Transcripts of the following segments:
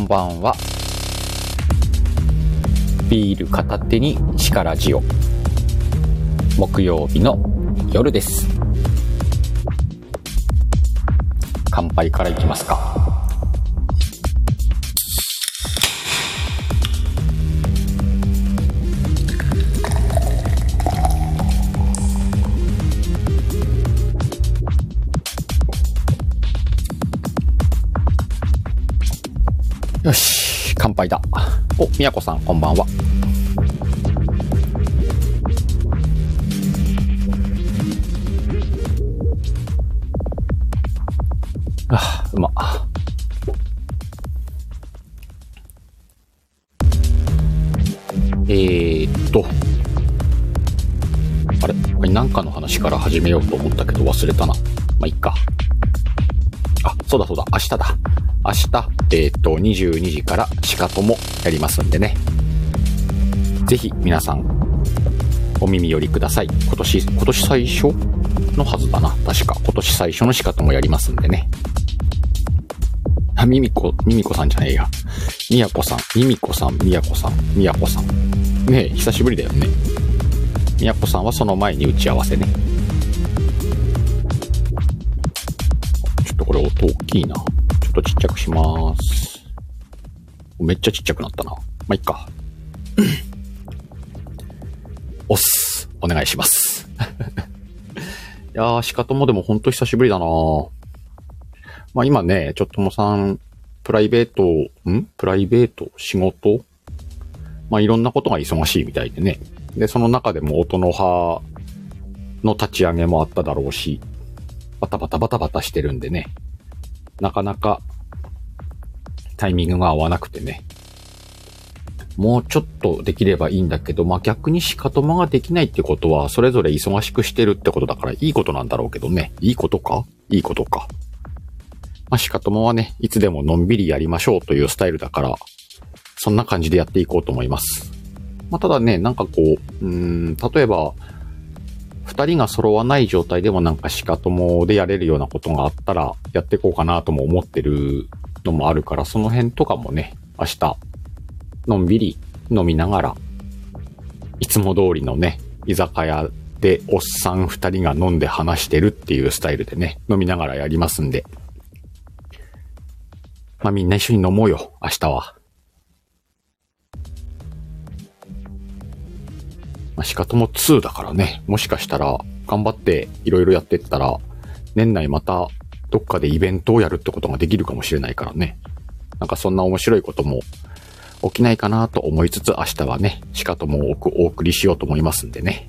んばんは。ビール片手にシカラジオ、木曜日の夜です。乾杯からいきますか。よし、乾杯だ。お、みやこさんこんばんは。うま。あれ、これなんかの話から始めようと思ったけど忘れたな。まあ、いっか。あ、そうだ、明日だ。明日、22時からシカトもやりますんでね。ぜひ皆さん、お耳寄りください。今年最初のはずだな。確か。今年最初のシカトもやりますんでね。ミミコさんじゃねえや。みやこさん。ねえ、久しぶりだよね。みやこさんはその前に打ち合わせね。ちょっとこれ音大きいな。ちょっとちっちゃくします。めっちゃちっちゃくなったな。まあ、いっか。お願いします。いやー、シカトもでもほんと久しぶりだな。まあ今ね、ちょっともさん、プライベート、仕事、まあいろんなことが忙しいみたいでね。で、その中でも音の葉の立ち上げもあっただろうし、バタバタしてるんでね。なかなかタイミングが合わなくてね。もうちょっとできればいいんだけど、まあ逆にシカトモができないってことは、それぞれ忙しくしてるってことだからいいことなんだろうけどね。いいことか。まあ、シカトモはね、いつでものんびりやりましょうというスタイルだから、そんな感じでやっていこうと思います。まあ、ただね、なんかこう、例えば、二人が揃わない状態でもなんかシカトモでやれるようなことがあったら、やっていこうかなとも思ってるのもあるから、その辺とかもね、明日、のんびり飲みながら、いつも通りのね、居酒屋でおっさん二人が飲んで話してるっていうスタイルでね、飲みながらやりますんで、まあみんな一緒に飲もうよ、明日は。まあシカトモ2だからね、もしかしたら頑張っていろいろやってったら、年内またどっかでイベントをやるってことができるかもしれないからね。なんかそんな面白いことも起きないかなと思いつつ、明日はね、シカトモをお送りしようと思いますんでね。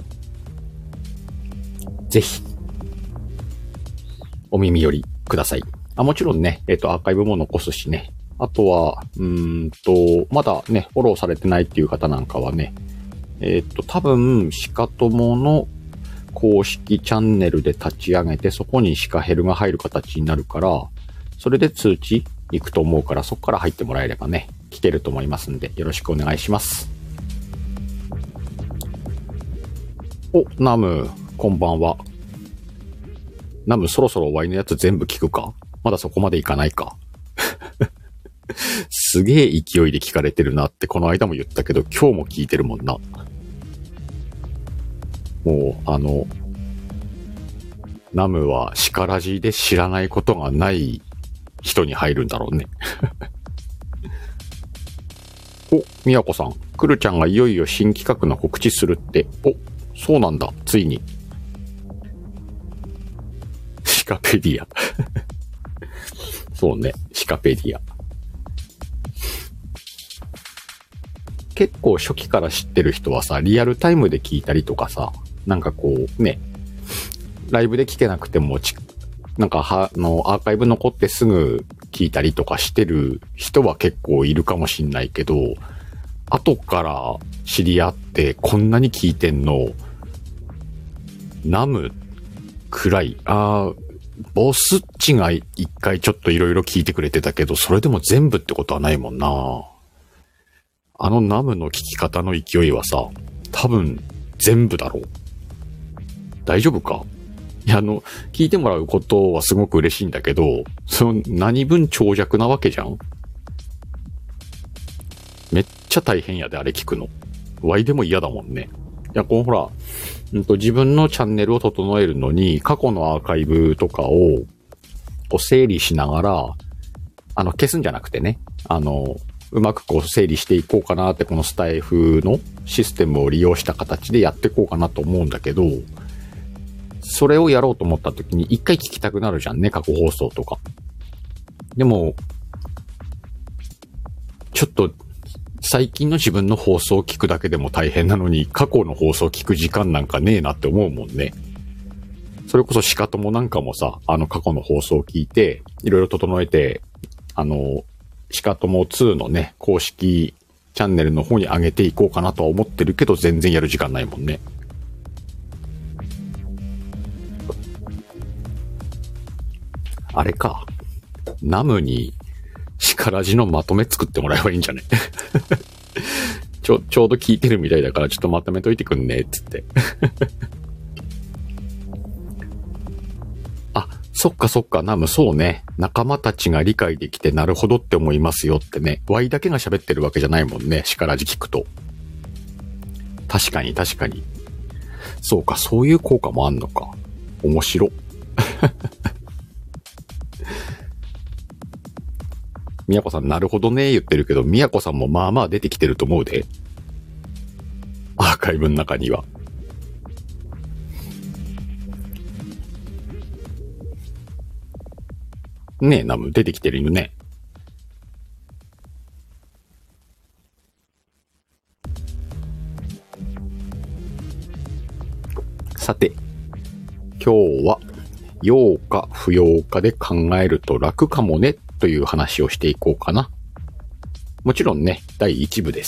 ぜひ、お耳寄りください。もちろんね、アーカイブも残すしね。あとは、まだね、フォローされてないっていう方なんかはね、多分、シカトモの公式チャンネルで立ち上げて、そこにシカヘルが入る形になるから、それで通知行くと思うから、そこから入ってもらえればね、聞けると思いますんで、よろしくお願いします。お、ナム、こんばんは。ナム、そろそろワイのやつ全部聞くか？まだそこまでいかないか。すげえ勢いで聞かれてるなってこの間も言ったけど、今日も聞いてるもんな。もうナムはシカラジで知らないことがない人に入るんだろうね。お、みやこさん、くるちゃんがいよいよ新企画の告知するって。お、そうなんだ、ついに。シカペディア。そうね、シカペディア。結構初期から知ってる人はさ、リアルタイムで聞いたりとかさ、なんかこうね、ライブで聞けなくてもなんかアーカイブ残ってすぐ聞いたりとかしてる人は結構いるかもしんないけど、後から知り合ってこんなに聞いてんの、ナムくらい、ボスっちが一回ちょっといろいろ聞いてくれてたけど、それでも全部ってことはないもんな。ナムの聞き方の勢いはさ、多分全部だろう。大丈夫か？いや、聞いてもらうことはすごく嬉しいんだけど、その何分長尺なわけじゃん？ めっちゃ大変やで、あれ聞くの。ワイでも嫌だもんね。いや、このほら、自分のチャンネルを整えるのに、過去のアーカイブとかを、整理しながら、消すんじゃなくてね、うまく整理していこうかなって、このスタイフのシステムを利用した形でやっていこうかなと思うんだけど、それをやろうと思った時に一回聞きたくなるじゃんね、過去放送とか。でも、ちょっと、最近の自分の放送を聞くだけでも大変なのに、過去の放送を聞く時間なんかねえなって思うもんね。それこそシカトモなんかもさ、過去の放送を聞いて、いろいろ整えて、シカトモ2のね、公式チャンネルの方に上げていこうかなとは思ってるけど、全然やる時間ないもんね。あれか。ナムに、シカラジのまとめ作ってもらえばいいんじゃねちょうど聞いてるみたいだから、ちょっとまとめといてくんね、つって。あ、そっか、ナム、そうね。仲間たちが理解できてなるほどって思いますよってね。ワイだけが喋ってるわけじゃないもんね。シカラジ聞くと。確かに。そうか、そういう効果もあんのか。面白。みやこさん、なるほどね、言ってるけど、みやこさんもまあまあ出てきてると思うで。アーカイブの中には。ねえ、ナム、出てきてるよね。さて、今日は、陽か不陽かで考えると楽かもね、という話をしていこうかな。もちろんね、第1部です。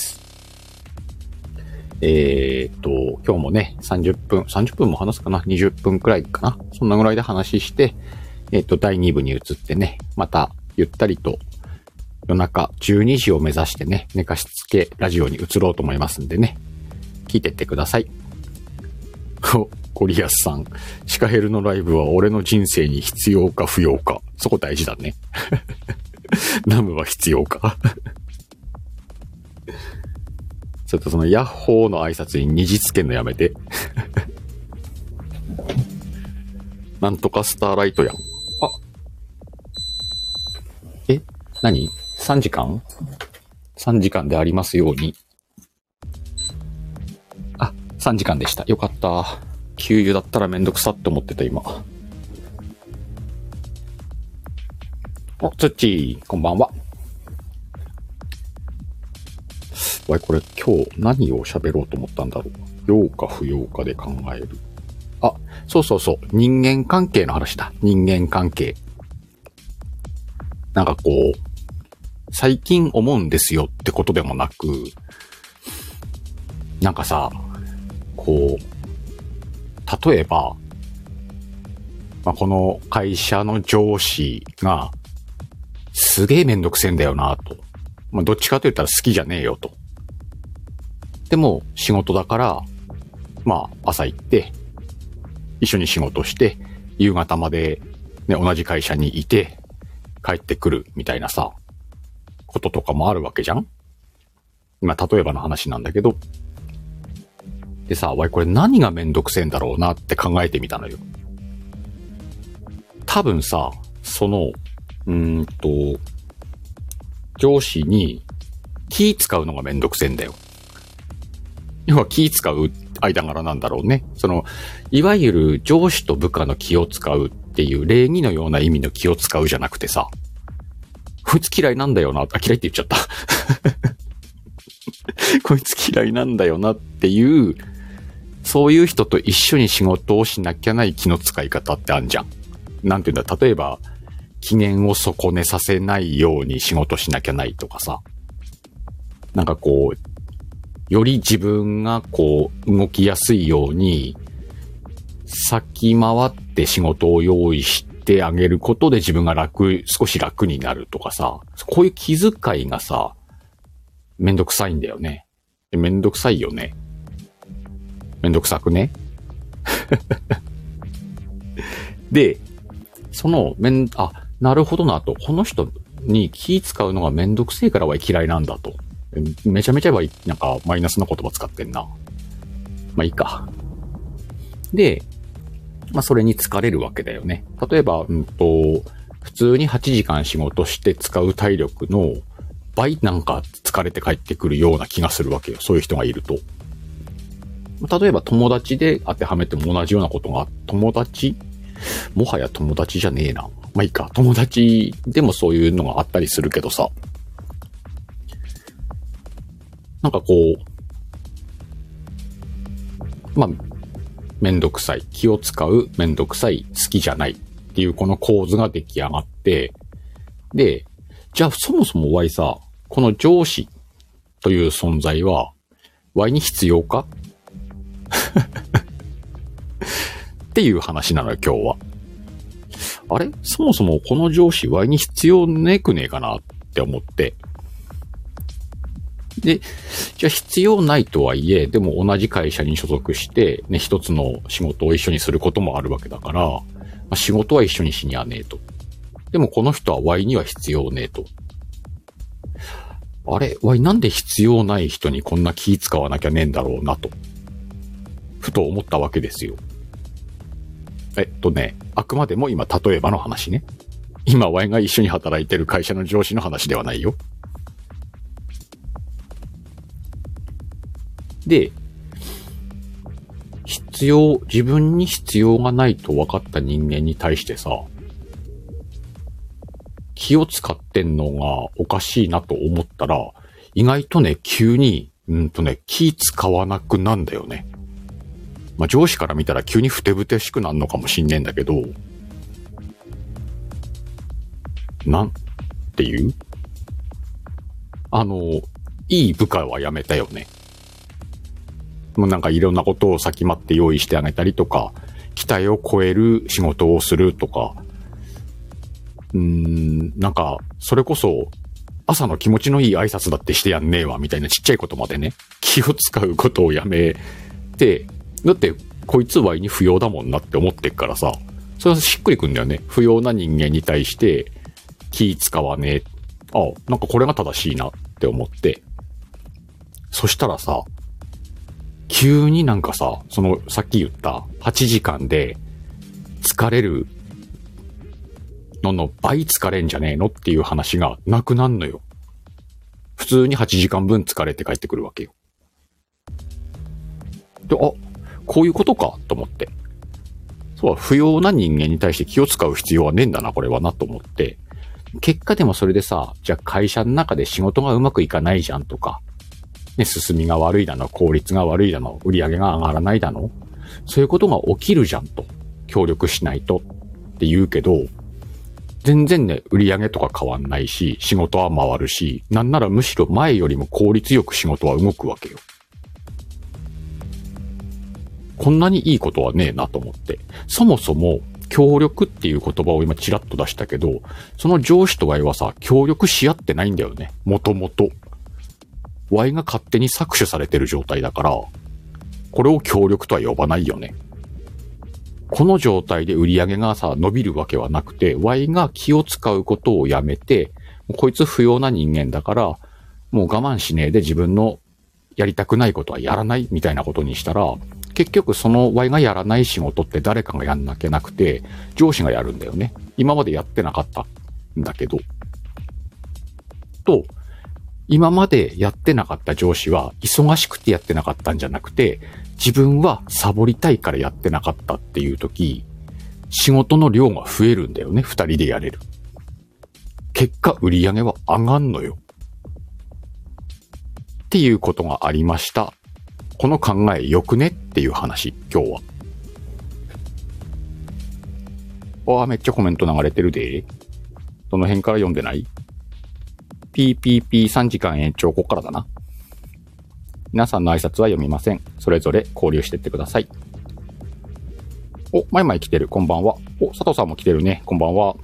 今日もね、30分も話すかな ?20 分くらいかなそんなぐらいで話して、第2部に移ってね、またゆったりと夜中12時を目指してね、寝かしつけラジオに移ろうと思いますんでね、聞いてってください。ゴリアスさん、シカヘルのライブは俺の人生に必要か不要か。そこ大事だね。ナムは必要か。ちょっとそのヤッホーの挨拶に虹つけんのやめて。なんとかスターライトやん。何 ?3 時間 ?3 時間でありますように。3時間でした。よかった。給油だったらめんどくさって思ってた今。つっちー、こんばんは。わい、これ今日何を喋ろうと思ったんだろう。陽か不陽かで考える。そう。人間関係の話だ。人間関係。なんか最近思うんですよってことでもなく、なんかさ、例えば、この会社の上司が、すげえめんどくせえんだよなと。どっちかと言ったら好きじゃねえよと。でも、仕事だから、朝行って、一緒に仕事して、夕方まで、ね、同じ会社にいて、帰ってくるみたいなさ、こととかもあるわけじゃん？例えばの話なんだけど。でさ、これ何がめんどくせえんだろうなって考えてみたのよ。多分さ、上司に気使うのがめんどくせえんだよ。要は気使う間柄なんだろうね。いわゆる上司と部下の気を使うっていう礼儀のような意味の気を使うじゃなくてさ、こいつ嫌いなんだよな、嫌いって言っちゃった。こいつ嫌いなんだよなっていう、そういう人と一緒に仕事をしなきゃない気の使い方ってあんじゃん。なんていうんだ、例えば、機嫌を損ねさせないように仕事しなきゃないとかさ。なんかより自分が動きやすいように、先回って仕事を用意してあげることで自分が少し楽になるとかさ。こういう気遣いがさ、めんどくさいんだよね。めんどくさいよね。めんどくさくね。で、なるほどなと。この人に気使うのがめんどくせえからは嫌いなんだと。 めちゃめちゃなんかマイナスな言葉使ってんな。まあいいか。で、まあそれに疲れるわけだよね。例えば、普通に8時間仕事して使う体力の倍なんか疲れて帰ってくるような気がするわけよ。そういう人がいると。例えば友達で当てはめても同じようなことが、友達もはや友達じゃねえな。まあいいか。友達でもそういうのがあったりするけどさ。なんかこう、まあ、めんどくさい。気を使う、めんどくさい、好きじゃないっていうこの構図が出来上がって、で、じゃあそもそも Y さ、この上司という存在は Y に必要かっていう話なのよ、今日は。あれそもそもこの上司 Y に必要ねくねえかなって思って。で、じゃあ必要ないとはいえ、でも同じ会社に所属して、ね、一つの仕事を一緒にすることもあるわけだから、まあ、仕事は一緒にしにゃねえと。でもこの人は Y には必要ねえと。あれ ?Y なんで必要ない人にこんな気使わなきゃねえんだろうなと。ふと思ったわけですよ。あくまでも今例えばの話ね。今 Y が一緒に働いてる会社の上司の話ではないよ。で、自分に必要がないと分かった人間に対してさ、気を使ってんのがおかしいなと思ったら、意外とね、急に、気使わなくなんだよね。まあ、上司から見たら急にふてぶてしくなるのかもしんねえんだけど、なんていういい部下はやめたよね。もうなんかいろんなことを先待って用意してあげたりとか、期待を超える仕事をするとか、なんか、それこそ、朝の気持ちのいい挨拶だってしてやんねえわ、みたいなちっちゃいことまでね、気を使うことをやめて、だって、こいつ Y に不要だもんなって思ってっからさ、それはしっくりくんだよね。不要な人間に対して気使わねえ。なんかこれが正しいなって思って。そしたらさ、急になんかさ、さっき言った8時間で疲れるの倍疲れんじゃねえのっていう話がなくなんのよ。普通に8時間分疲れて帰ってくるわけよ。で、こういうことかと思って。そう、不要な人間に対して気を使う必要はねえんだな、これはなと思って。結果でもそれでさ、じゃあ会社の中で仕事がうまくいかないじゃんとか、ね、進みが悪いだの、効率が悪いだの、売り上げが上がらないだの、そういうことが起きるじゃんと。協力しないとって言うけど、全然ね、売り上げとか変わんないし、仕事は回るし、なんならむしろ前よりも効率よく仕事は動くわけよ。こんなにいいことはねえなと思って。そもそも、協力っていう言葉を今チラッと出したけど、その上司と Y はさ、協力し合ってないんだよね。もともと。Y が勝手に搾取されてる状態だから、これを協力とは呼ばないよね。この状態で売り上げがさ、伸びるわけはなくて、Y が気を使うことをやめて、こいつ不要な人間だから、もう我慢しねえで自分のやりたくないことはやらないみたいなことにしたら、結局その Y がやらない仕事って誰かがやんなきゃなくて、上司がやるんだよね。今までやってなかったんだけど。と、今までやってなかった上司は忙しくてやってなかったんじゃなくて、自分はサボりたいからやってなかったっていう時、仕事の量が増えるんだよね、二人でやれる。結果売り上げは上がんのよ。っていうことがありました。この考えよくねっていう話、今日は。めっちゃコメント流れてるで。どの辺から読んでない？ PPP3 時間延長、こっからだな。皆さんの挨拶は読みません。それぞれ交流してってください。マイマイ来てる。こんばんは。佐藤さんも来てるね。こんばんは。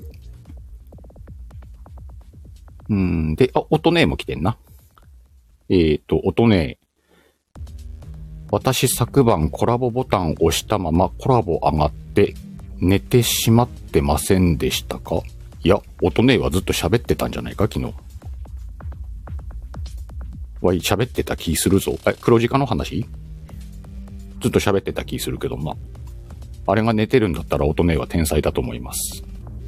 で、音ねーも来てんな。音ねー。私昨晩コラボボタンを押したままコラボ上がって寝てしまってませんでしたか？いや、音ねーはずっと喋ってたんじゃないか、昨日。 わい喋ってた気するぞ。黒字化の話ずっと喋ってた気するけど、まあ。あれが寝てるんだったら音ねは天才だと思います。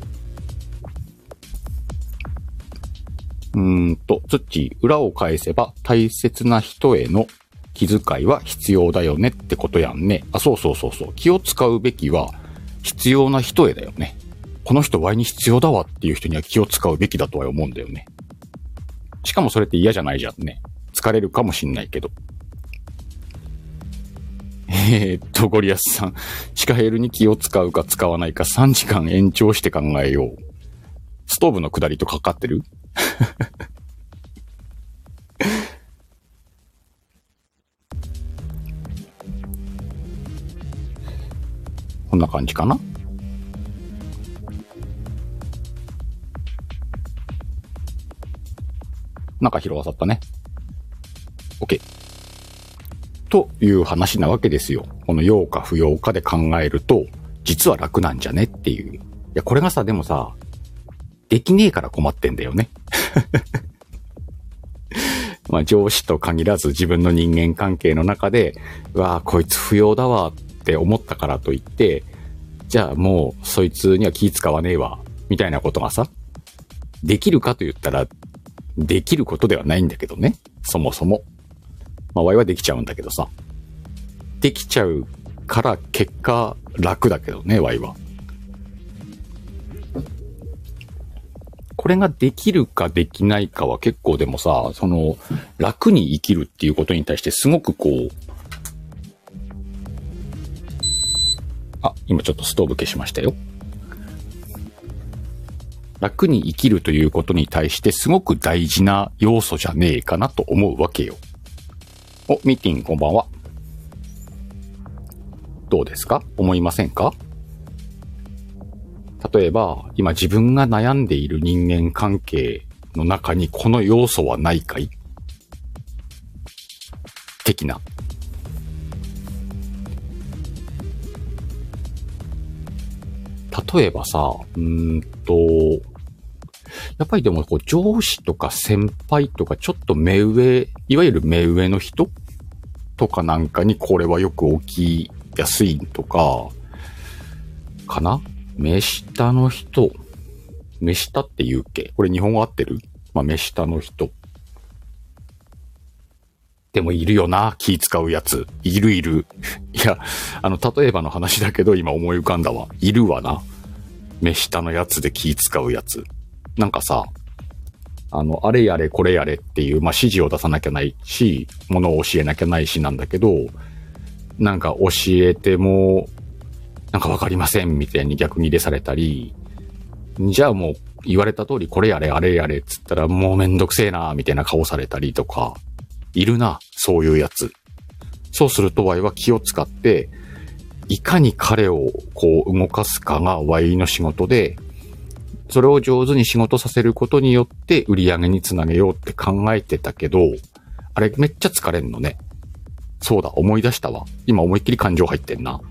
ツッチー、裏を返せば大切な人への気遣いは必要だよねってことやんね。そう。気を使うべきは必要な人へだよね。この人ワイに必要だわっていう人には気を使うべきだとは思うんだよね。しかもそれって嫌じゃないじゃんね。疲れるかもしんないけど。ゴリアスさん。シカヘルに気を使うか使わないか3時間延長して考えよう。ストーブの下りとかかってるこんな感じかな。なんか広がさったね。OK。という話なわけですよ。この要か不要かで考えると、実は楽なんじゃねっていう。いや、これがさ、でもさ、できねえから困ってんだよね。まあ上司と限らず自分の人間関係の中で、こいつ不要だわって思ったからといって、じゃあもうそいつには気使わねえわ、みたいなことがさ、できるかと言ったら、できることではないんだけどね。そもそも。まあ、ワイはできちゃうんだけどさ。できちゃうから結果楽だけどね、ワイは。これができるかできないかは結構でもさ、楽に生きるっていうことに対してすごく今ちょっとストーブ消しましたよ。楽に生きるということに対してすごく大事な要素じゃねえかなと思うわけよ。ミーティンこんばんは。どうですか？思いませんか？例えば、今自分が悩んでいる人間関係の中にこの要素はないかい？的な。例えばさ、やっぱりでも上司とか先輩とかちょっと目上、いわゆる目上の人とかなんかにこれはよく起きやすいとか、かな？目下の人。目下って言うっけ？これ日本語合ってる？まあ、目下の人。でもいるよな、気使うやつ。いる。いや、例えばの話だけど今思い浮かんだわ。いるわな。目下のやつで気使うやつ。なんかさ、あれやれこれやれっていう、まあ、指示を出さなきゃないし、ものを教えなきゃないしなんだけど、なんか教えても、なんかわかりませんみたいに逆に入れされたり、じゃあもう言われた通りこれやれあれやれっつったらもうめんどくせえなみたいな顔されたりとか、いるな、そういうやつ。そうするとワイは気を使って、いかに彼を動かすかがワイの仕事で、それを上手に仕事させることによって売り上げにつなげようって考えてたけど、あれめっちゃ疲れんのね。そうだ、思い出したわ。今思いっきり感情入ってんな。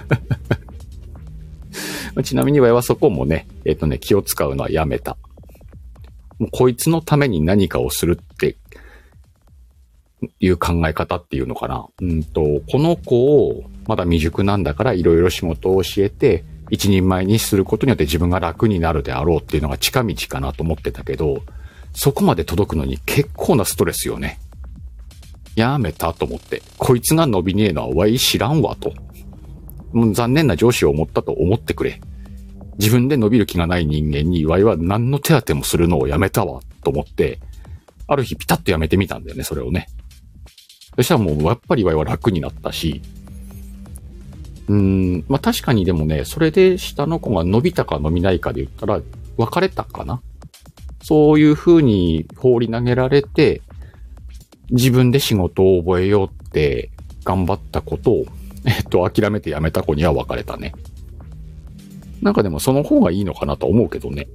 ちなみにワイはそこもね、気を使うのはやめた。もうこいつのために何かをするっていう考え方っていうのかな。この子をまだ未熟なんだからいろいろ仕事を教えて、一人前にすることによって自分が楽になるであろうっていうのが近道かなと思ってたけど、そこまで届くのに結構なストレスよね。やめたと思って。こいつが伸びねえのはわい知らんわと。もう残念な上司を持ったと思ってくれ。自分で伸びる気がない人間にわいは何の手当てもするのをやめたわと思って、ある日ピタッとやめてみたんだよね、それをね。そしたらもうやっぱりわいは楽になったし、まあ、確かにでもね、それで下の子が伸びたか伸びないかで言ったら、別れたかな？そういう風に放り投げられて、自分で仕事を覚えようって頑張ったことを、諦めて辞めた子には別れたね。なんかでもその方がいいのかなと思うけどね。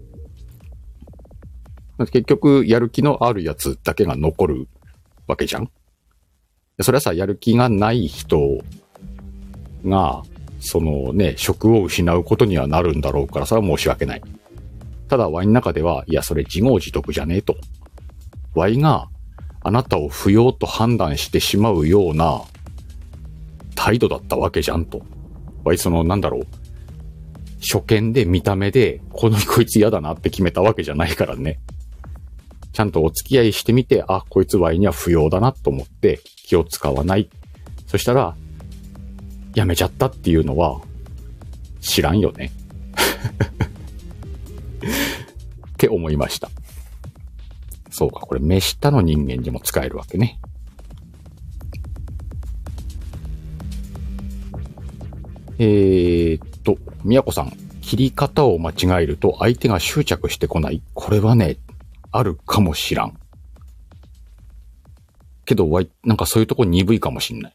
結局、やる気のあるやつだけが残るわけじゃん？それはさ、やる気がない人が、職を失うことにはなるんだろうから、それは申し訳ない。ただ、ワイの中では、いや、それ自業自得じゃねえと。ワイが、 あなたを不要と判断してしまうような態度だったわけじゃんと。なんだろう。初見で見た目で、こいつ嫌だなって決めたわけじゃないからね。ちゃんとお付き合いしてみて、あ、こいつワイには不要だなと思って気を使わない。そしたら、やめちゃったっていうのは、知らんよね。って思いました。そうか、これ目下の人間にも使えるわけね。みやこさん、切り方を間違えると相手が執着してこない。これはね、あるかもしらん。けど、なんかそういうとこ鈍いかもしんない。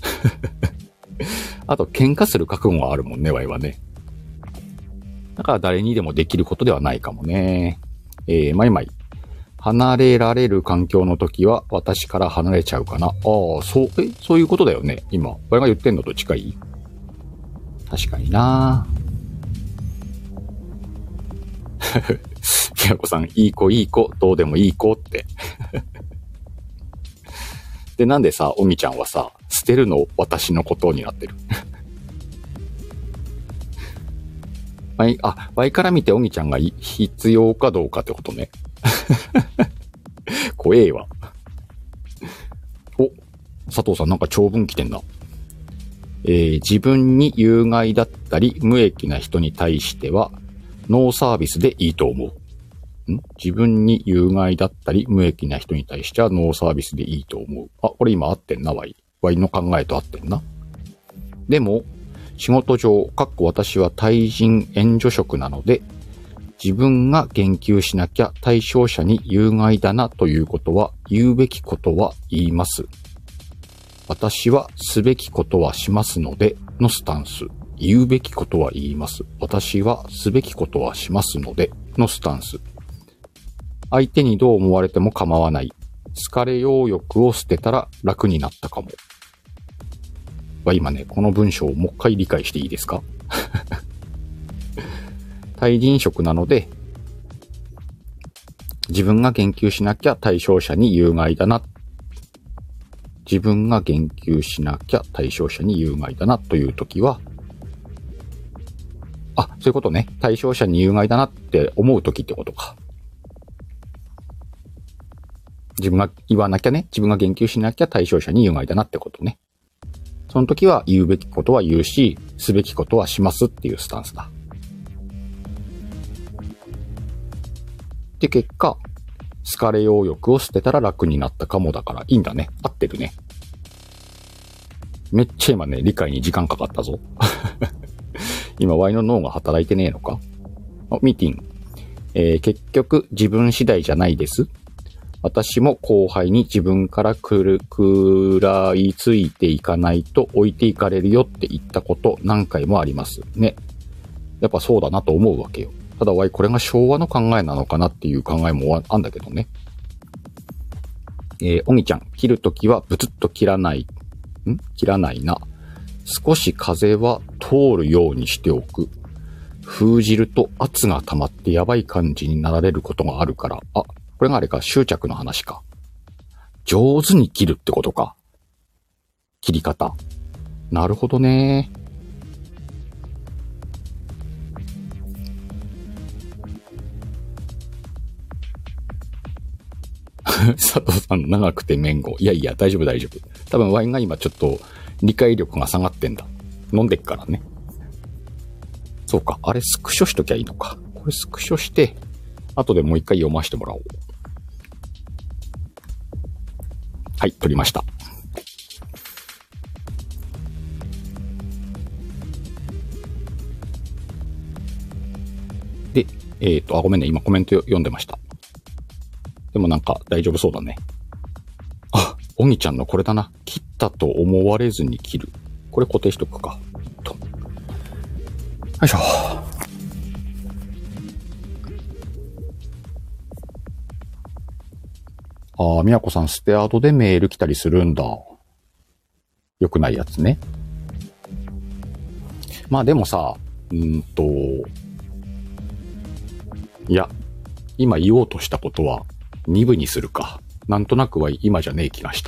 あと、喧嘩する覚悟はあるもんね、ワイはね。だから誰にでもできることではないかもね。マイマイ。離れられる環境の時は私から離れちゃうかな。ああ、そういうことだよね。今、ワイが言ってんのと近い？確かにな。みやこさん、いい子、どうでもいい子って。で、なんでさ、おみちゃんはさ、捨てるの私のことになってる。ワイから見ておみちゃんが必要かどうかってことね。怖えわ。佐藤さんなんか長文来てんな。自分に有害だったり無益な人に対してはノーサービスでいいと思う。自分に有害だったり無益な人に対してはノーサービスでいいと思う。これ今合ってんな、ワイの考えと合ってんな。でも、仕事上、私は対人援助職なので、自分が言及しなきゃ対象者に有害だなということは、言うべきことは言います。私はすべきことはしますのでのスタンス。言うべきことは言います。私はすべきことはしますのでのスタンス。相手にどう思われても構わない。好かれよう欲を捨てたら楽になったかも。今ね、この文章をもう一回理解していいですか？対人職なので、自分が言及しなきゃ対象者に有害だな。自分が言及しなきゃ対象者に有害だなというときは、そういうことね。対象者に有害だなって思うときってことか。自分が言わなきゃね。自分が言及しなきゃ対象者に有害だなってことね。その時は言うべきことは言うし、すべきことはしますっていうスタンスだ。で、結果、好かれよう欲を捨てたら楽になったかもだからいいんだね。合ってるね。めっちゃ今ね、理解に時間かかったぞ。今、ワイの脳が働いてねえのか？ミーティング。結局、自分次第じゃないです。私も後輩に自分から食らいついていかないと置いていかれるよって言ったこと何回もありますね。やっぱそうだなと思うわけよ。ただワイこれが昭和の考えなのかなっていう考えもあんだけどね。おぎちゃん、切るときはブツッと切らないな。少し風は通るようにしておく。封じると圧が溜まってやばい感じになられることがあるから。これがあれか、執着の話か。上手に切るってことか。切り方。なるほどね。佐藤さん、長くて綿語。いやいや、大丈夫。多分ワインが今ちょっと理解力が下がってんだ。飲んでっからね。そうか。あれスクショしときゃいいのか。これスクショして、後でもう一回読ませてもらおう。はい、撮りました。で、ごめんね。今コメント読んでました。でもなんか大丈夫そうだね。おぎちゃんのこれだな。切ったと思われずに切る。これ固定しとくか。よいしょ。みやこさん、ステアードでメール来たりするんだ。よくないやつね。まあでもさ、いや、今言おうとしたことは2部にするか。 なんとなくは今じゃねえ気がした。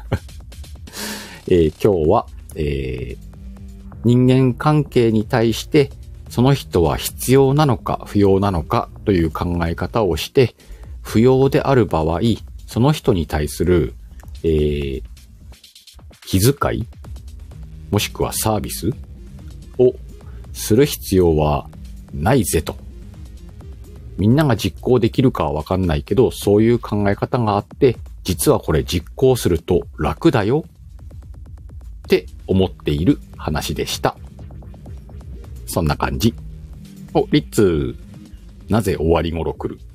今日は、人間関係に対してその人は必要なのか不要なのかという考え方をして、不要である場合、その人に対する、気遣いもしくはサービスをする必要はないぜと。みんなが実行できるかはわかんないけど、そういう考え方があって、実はこれ実行すると楽だよって思っている話でした。そんな感じ。リッツー、なぜ終わり頃来る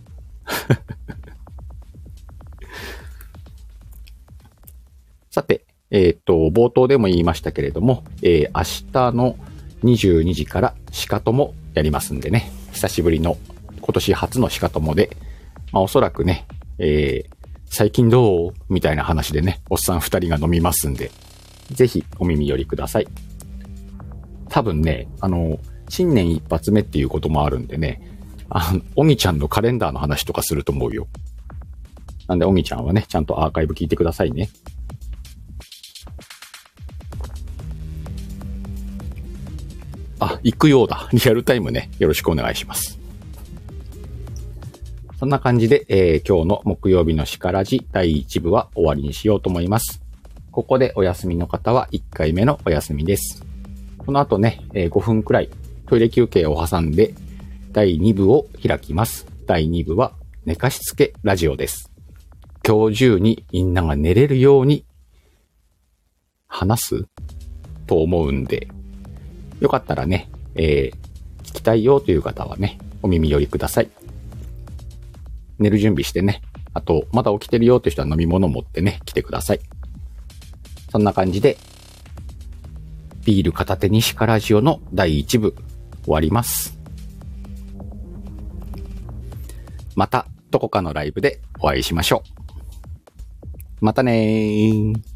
さて、冒頭でも言いましたけれども、明日の22時からシカトモやりますんでね、久しぶりの今年初のシカトモで、おそらくね、最近どうみたいな話でね、おっさん2人が飲みますんで、ぜひお耳寄りください。多分ね、新年一発目っていうこともあるんでね、おぎちゃんのカレンダーの話とかすると思うよ。なんでおぎちゃんはね、ちゃんとアーカイブ聞いてくださいね。行くようだ。リアルタイムね、よろしくお願いします。そんな感じで、今日の木曜日のシカラジ第1部は終わりにしようと思います。ここでお休みの方は1回目のお休みです。この後ね、5分くらいトイレ休憩を挟んで第2部を開きます。第2部は寝かしつけラジオです。今日中にみんなが寝れるように話すと思うんで、よかったらね、聞きたいよという方はね、お耳寄りください。寝る準備してね。あと、まだ起きてるよという人は飲み物持ってね、来てください。そんな感じで、ビール片手にシカラジオの第1部終わります。またどこかのライブでお会いしましょう。またねー。